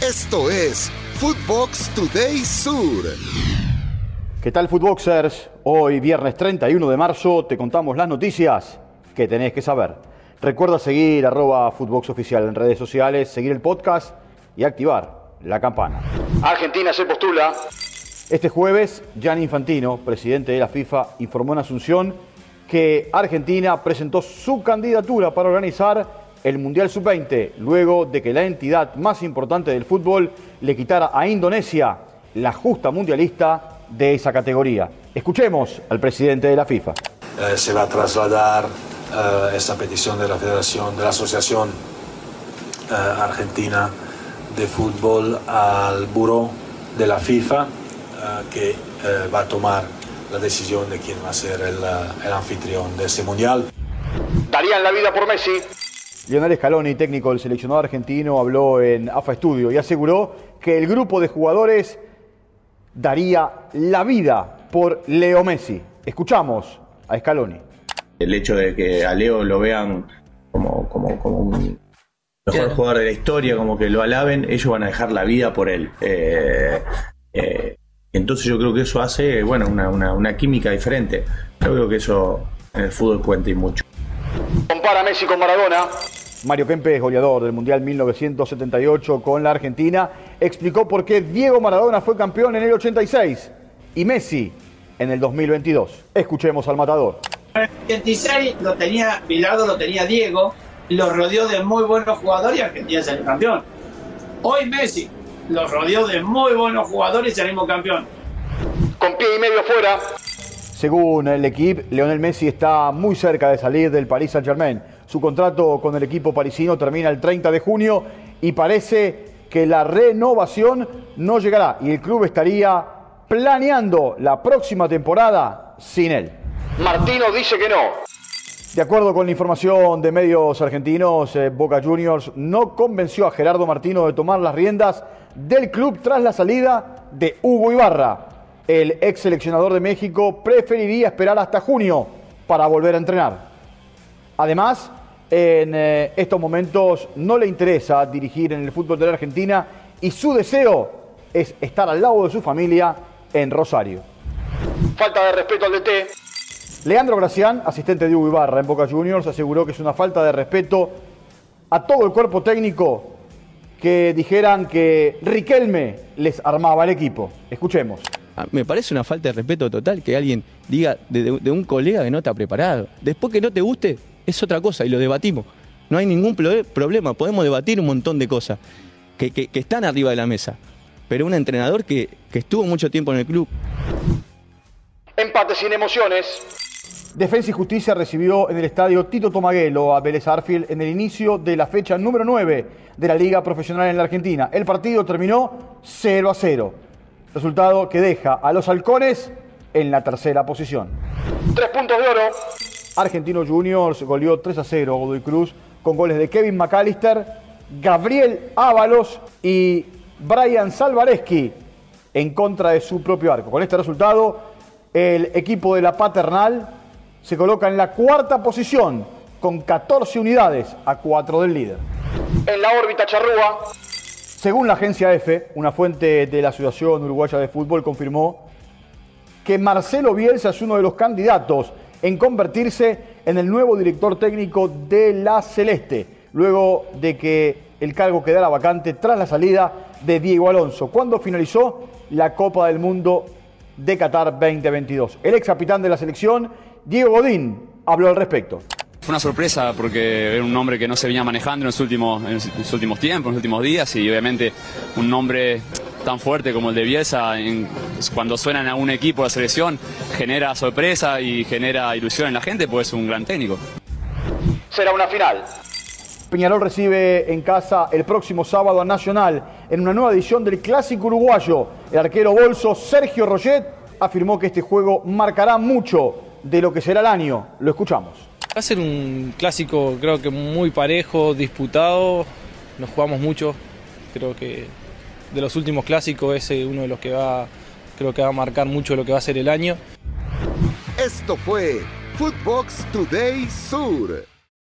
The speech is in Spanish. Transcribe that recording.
Esto es Footbox Today Sur. ¿Qué tal, Footboxers? Hoy, viernes 31 de marzo, te contamos las noticias que tenés que saber. Recuerda seguir @FootboxOficial en redes sociales, seguir el podcast y activar la campana. Argentina se postula. Este jueves, Gianni Infantino, presidente de la FIFA, informó en Asunción que Argentina presentó su candidatura para organizar el Mundial Sub-20, luego de que la entidad más importante del fútbol le quitara a Indonesia la justa mundialista de esa categoría. Escuchemos al presidente de la FIFA. Se va a trasladar esta petición de la Federación, de la Asociación Argentina de Fútbol al Buró de la FIFA, que va a tomar la decisión de quién va a ser el anfitrión de este Mundial. Darían la vida por Messi. Lionel Scaloni, técnico del seleccionado argentino, habló en AFA Studio y aseguró que el grupo de jugadores daría la vida por Leo Messi. Escuchamos a Scaloni. El hecho de que a Leo lo vean como un mejor jugador de la historia, como que lo alaben, ellos van a dejar la vida por él. Entonces yo creo que eso hace una química diferente. Yo creo que eso en el fútbol cuenta y mucho. Compara Messi con Maradona. Mario Kempes, goleador del Mundial 1978 con la Argentina, explicó por qué Diego Maradona fue campeón en el 86 y Messi en el 2022. Escuchemos al matador. En el 86 Bilardo lo tenía Diego, lo rodeó de muy buenos jugadores y Argentina salió campeón. Hoy Messi lo rodeó de muy buenos jugadores y salimos campeón. Con pie y medio fuera. Según el equipo, Lionel Messi está muy cerca de salir del Paris Saint-Germain. Su contrato con el equipo parisino termina el 30 de junio y parece que la renovación no llegará y el club estaría planeando la próxima temporada sin él. Martino dice que no. De acuerdo con la información de medios argentinos, Boca Juniors no convenció a Gerardo Martino de tomar las riendas del club tras la salida de Hugo Ibarra. El ex seleccionador de México preferiría esperar hasta junio para volver a entrenar. Además, en estos momentos no le interesa dirigir en el fútbol de la Argentina y su deseo es estar al lado de su familia en Rosario. Falta de respeto al DT. Leandro Gracián, asistente de Hugo Ibarra en Boca Juniors, aseguró que es una falta de respeto a todo el cuerpo técnico que dijeran que Riquelme les armaba el equipo. Escuchemos. Me parece una falta de respeto total que alguien diga de un colega que no está preparado. Después que no te guste, es otra cosa y lo debatimos. No hay ningún problema, podemos debatir un montón de cosas que están arriba de la mesa. Pero un entrenador que estuvo mucho tiempo en el club. Empate sin emociones. Defensa y Justicia recibió en el estadio Tito Tomaguelo a Vélez Sarsfield en el inicio de la fecha número 9 de la Liga Profesional en la Argentina. El partido terminó 0-0. Resultado que deja a los halcones en la tercera posición. 3 puntos de oro. Argentino Juniors goleó 3-0 a Godoy Cruz con goles de Kevin McAllister, Gabriel Ábalos y Brian Salvareschi en contra de su propio arco. Con este resultado, el equipo de la Paternal se coloca en la cuarta posición con 14 unidades a 4 del líder. En la órbita charrúa. Según la agencia EFE, una fuente de la Asociación Uruguaya de Fútbol confirmó que Marcelo Bielsa es uno de los candidatos en convertirse en el nuevo director técnico de la Celeste, luego de que el cargo quedara vacante tras la salida de Diego Alonso, cuando finalizó la Copa del Mundo de Qatar 2022. El ex capitán de la selección, Diego Godín, habló al respecto. Fue una sorpresa porque era un nombre que no se venía manejando en los últimos tiempos, en los últimos días, y obviamente un nombre tan fuerte como el de Bielsa, cuando suena en algún equipo de la selección, genera sorpresa y genera ilusión en la gente, pues es un gran técnico. Será una final. Peñarol recibe en casa el próximo sábado a Nacional en una nueva edición del Clásico Uruguayo. El arquero bolso Sergio Roget afirmó que este juego marcará mucho de lo que será el año. Lo escuchamos. Va a ser un clásico, creo que muy parejo, disputado. Nos jugamos mucho. Creo que de los últimos clásicos es uno de los que creo que va a marcar mucho lo que va a ser el año. Esto fue Footbox Today Sur.